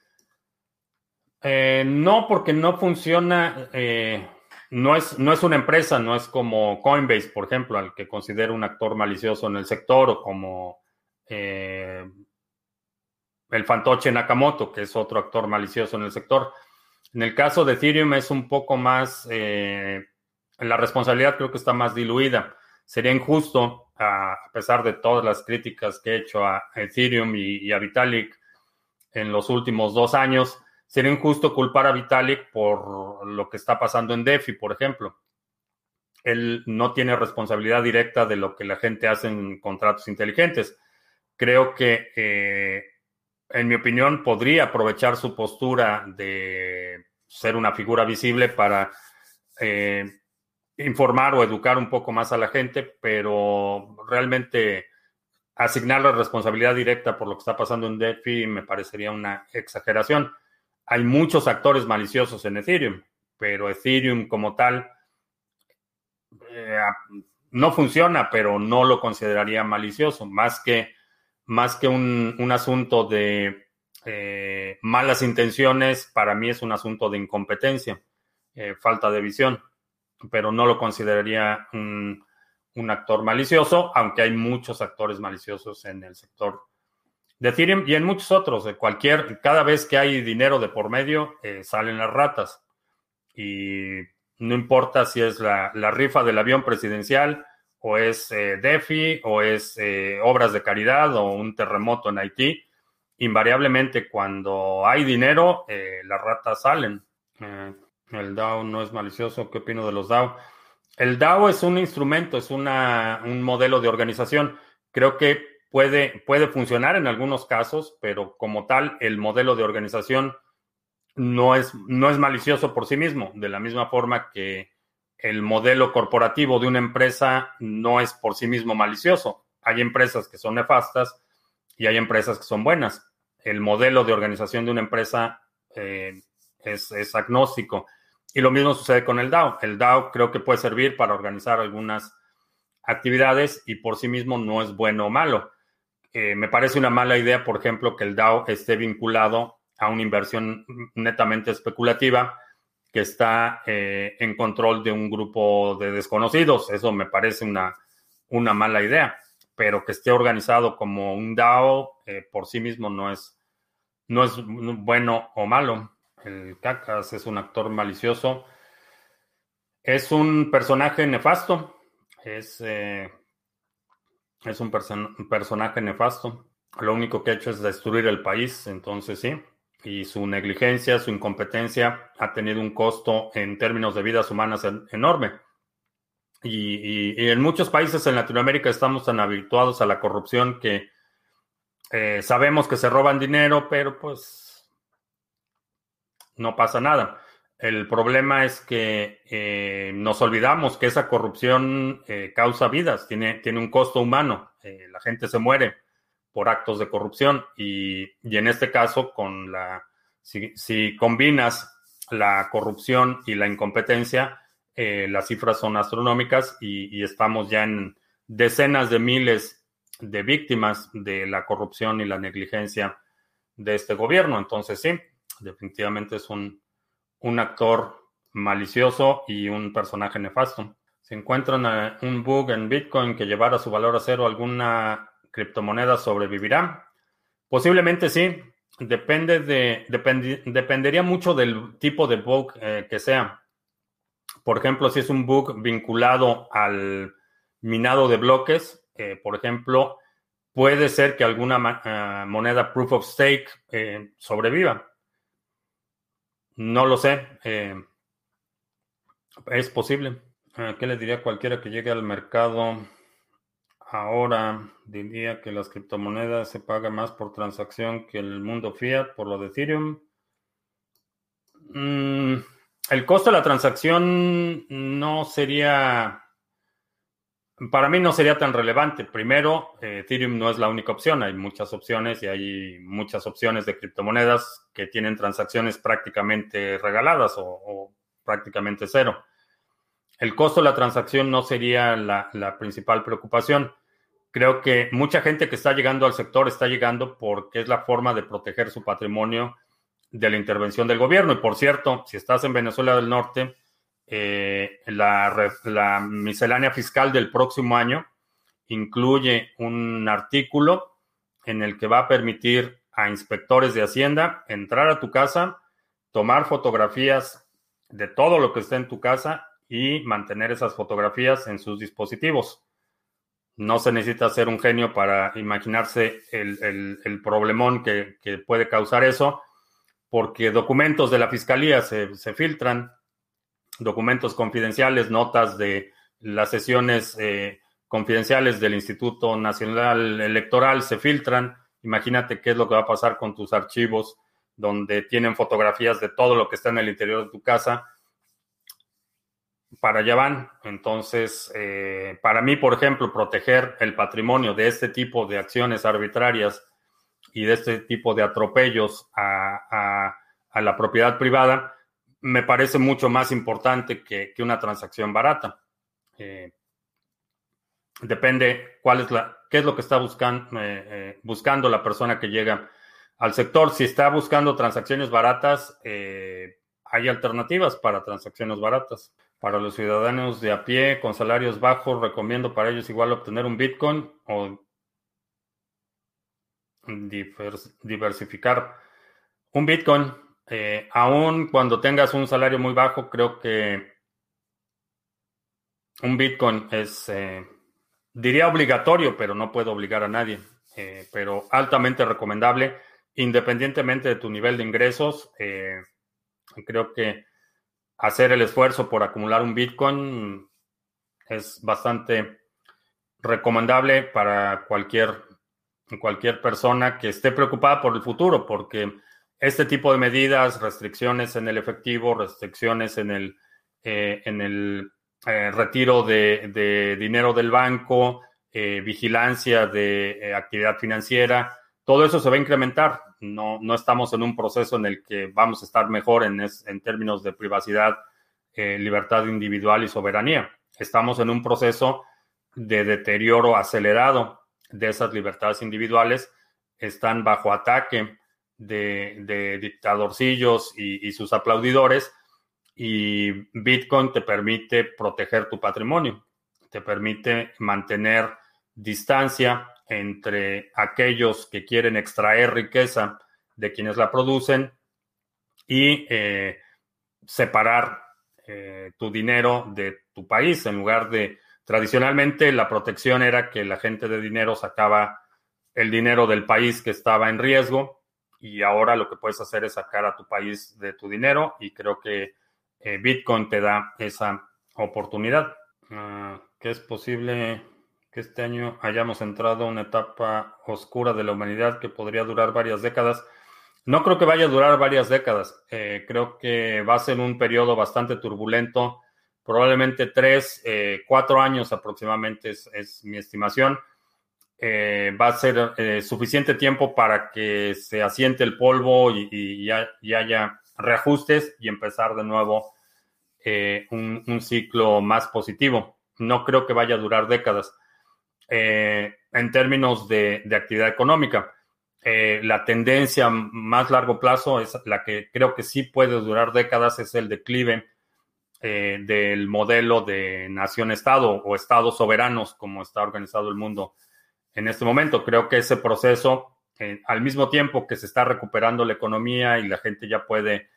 No, porque no funciona, no es una empresa, no es como Coinbase, por ejemplo, al que considero un actor malicioso en el sector, o como el fantoche Nakamoto, que es otro actor malicioso en el sector. En el caso de Ethereum es un poco más, la responsabilidad creo que está más diluida. Sería injusto, a pesar de todas las críticas que he hecho a Ethereum y a Vitalik en los últimos 2 años, sería injusto culpar a Vitalik por lo que está pasando en DeFi, por ejemplo. Él no tiene responsabilidad directa de lo que la gente hace en contratos inteligentes. Creo que, en mi opinión, podría aprovechar su postura de ser una figura visible para informar o educar un poco más a la gente, pero realmente asignarle responsabilidad directa por lo que está pasando en DeFi me parecería una exageración. Hay muchos actores maliciosos en Ethereum, pero Ethereum como tal eh, no funciona, pero no lo consideraría malicioso, más que un asunto de malas intenciones, para mí es un asunto de incompetencia, falta de visión, pero no lo consideraría un actor malicioso, aunque hay muchos actores maliciosos en el sector de Ethereum y en muchos otros, cada vez que hay dinero de por medio, salen las ratas. Y no importa si es la rifa del avión presidencial, o es DeFi, o es obras de caridad, o un terremoto en Haití. Invariablemente, cuando hay dinero, las ratas salen. El DAO no es malicioso. ¿Qué opino de los DAO? El DAO es un instrumento, es un modelo de organización. Creo que puede funcionar en algunos casos, pero como tal, el modelo de organización no es malicioso por sí mismo, de la misma forma que el modelo corporativo de una empresa no es por sí mismo malicioso. Hay empresas que son nefastas y hay empresas que son buenas. El modelo de organización de una empresa es agnóstico. Y lo mismo sucede con el DAO. El DAO creo que puede servir para organizar algunas actividades y por sí mismo no es bueno o malo. Me parece una mala idea, por ejemplo, que el DAO esté vinculado a una inversión netamente especulativa que está en control de un grupo de desconocidos. Eso me parece una mala idea, pero que esté organizado como un DAO por sí mismo no es bueno o malo. El Cacas es un actor malicioso. Es un personaje nefasto. Es un personaje nefasto. Lo único que ha hecho es destruir el país, entonces sí. Y su negligencia, su incompetencia ha tenido un costo en términos de vidas humanas enorme. Y en muchos países en Latinoamérica estamos tan habituados a la corrupción que sabemos que se roban dinero, pero pues no pasa nada. El problema es que nos olvidamos que esa corrupción causa vidas, tiene un costo humano. La gente se muere por actos de corrupción y en este caso, si combinas la corrupción y la incompetencia, las cifras son astronómicas y estamos ya en decenas de miles de víctimas de la corrupción y la negligencia de este gobierno. Entonces, sí, definitivamente es un actor malicioso y un personaje nefasto. Si encuentran un bug en Bitcoin que llevara su valor a cero, ¿alguna criptomoneda sobrevivirá? Posiblemente sí. Dependería mucho del tipo de bug que sea. Por ejemplo, si es un bug vinculado al minado de bloques, por ejemplo, puede ser que alguna moneda proof of stake sobreviva. No lo sé. Es posible. ¿Qué le diría a cualquiera que llegue al mercado ahora? Diría que las criptomonedas se pagan más por transacción que el mundo fiat, por lo de Ethereum. Mm, el costo de la transacción para mí no sería tan relevante. Primero, Ethereum no es la única opción, hay muchas opciones y hay muchas opciones de criptomonedas que tienen transacciones prácticamente regaladas o prácticamente cero. El costo de la transacción no sería la principal preocupación. Creo que mucha gente que está llegando al sector está llegando porque es la forma de proteger su patrimonio de la intervención del gobierno. Y por cierto, si estás en Venezuela del Norte, la miscelánea fiscal del próximo año incluye un artículo en el que va a permitir a inspectores de Hacienda entrar a tu casa, tomar fotografías de todo lo que está en tu casa y mantener esas fotografías en sus dispositivos. No se necesita ser un genio para imaginarse el problemón que puede causar eso, porque documentos de la fiscalía se filtran, documentos confidenciales, notas de las sesiones confidenciales del Instituto Nacional Electoral se filtran. Imagínate qué es lo que va a pasar con tus archivos donde tienen fotografías de todo lo que está en el interior de tu casa. Para allá van. Entonces, para mí, por ejemplo, proteger el patrimonio de este tipo de acciones arbitrarias y de este tipo de atropellos a la propiedad privada, me parece mucho más importante que una transacción barata. Depende qué es lo que está buscando la persona que llega al sector. Si está buscando transacciones baratas, hay alternativas para transacciones baratas. Para los ciudadanos de a pie con salarios bajos, recomiendo para ellos igual obtener un Bitcoin o diversificar. Un Bitcoin, aun cuando tengas un salario muy bajo, creo que un Bitcoin es, diría obligatorio, pero no puedo obligar a nadie, pero altamente recomendable, independientemente de tu nivel de ingresos. Creo que hacer el esfuerzo por acumular un Bitcoin es bastante recomendable para cualquier persona que esté preocupada por el futuro, porque este tipo de medidas, restricciones en el efectivo, restricciones en el retiro de dinero del banco, vigilancia de actividad financiera, todo eso se va a incrementar. No estamos en un proceso en el que vamos a estar mejor en términos de privacidad, libertad individual y soberanía. Estamos en un proceso de deterioro acelerado de esas libertades individuales. Están bajo ataque de dictadorcillos y sus aplaudidores, y Bitcoin te permite proteger tu patrimonio, te permite mantener distancia entre aquellos que quieren extraer riqueza de quienes la producen y separar tu dinero de tu país. En lugar de, tradicionalmente la protección era que la gente de dinero sacaba el dinero del país que estaba en riesgo, y ahora lo que puedes hacer es sacar a tu país de tu dinero, y creo que Bitcoin te da esa oportunidad. Que es posible que este año hayamos entrado a una etapa oscura de la humanidad que podría durar varias décadas. No creo que vaya a durar varias décadas. Creo que va a ser un periodo bastante turbulento, probablemente 4 años aproximadamente es mi estimación. Va a ser suficiente tiempo para que se asiente el polvo y haya reajustes y empezar de nuevo un ciclo más positivo. No creo que vaya a durar décadas. En términos de actividad económica, la tendencia más largo plazo es la que creo que sí puede durar décadas, es el declive del modelo de nación-estado o estados soberanos como está organizado el mundo en este momento. Creo que ese proceso, al mismo tiempo que se está recuperando la economía y la gente ya puede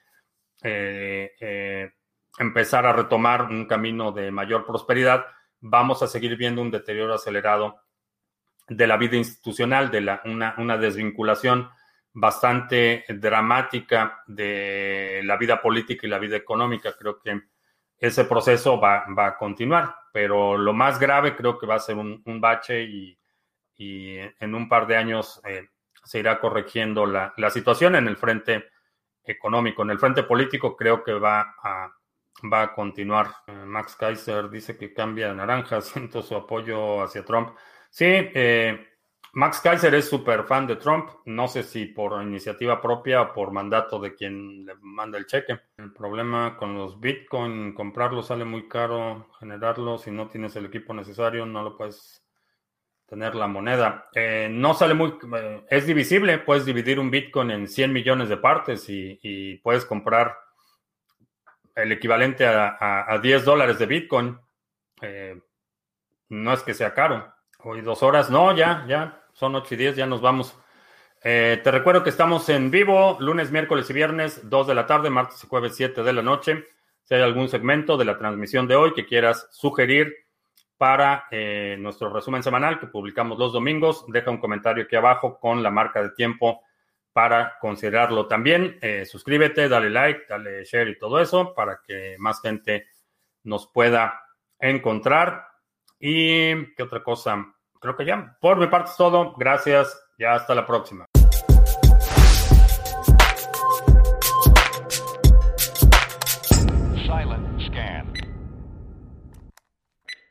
empezar a retomar un camino de mayor prosperidad, vamos a seguir viendo un deterioro acelerado de la vida institucional, una desvinculación bastante dramática de la vida política y la vida económica. Creo que ese proceso va a continuar, pero lo más grave creo que va a ser un bache, y en un par de años se irá corrigiendo la situación en el frente económico. En el frente político creo que va a continuar. Max Kaiser dice que cambia a naranja, siento su apoyo hacia Trump. Sí, Max Kaiser es súper fan de Trump, no sé si por iniciativa propia o por mandato de quien le manda el cheque. El problema con los Bitcoin, comprarlos sale muy caro, generarlos, si no tienes el equipo necesario, no lo puedes tener la moneda. No sale es divisible, puedes dividir un Bitcoin en 100 millones de partes y puedes comprar el equivalente a $10 de Bitcoin. No es que sea caro. Hoy 2 horas, no, ya, son 8:10, ya nos vamos. Te recuerdo que estamos en vivo lunes, miércoles y viernes, 2 de la tarde, martes y jueves, 7 de la noche. Si hay algún segmento de la transmisión de hoy que quieras sugerir para nuestro resumen semanal que publicamos los domingos, deja un comentario aquí abajo con la marca de tiempo para considerarlo también. Suscríbete, dale like, dale share y todo eso para que más gente nos pueda encontrar. ¿Y qué otra cosa? Creo que ya, por mi parte es todo. Gracias y hasta la próxima.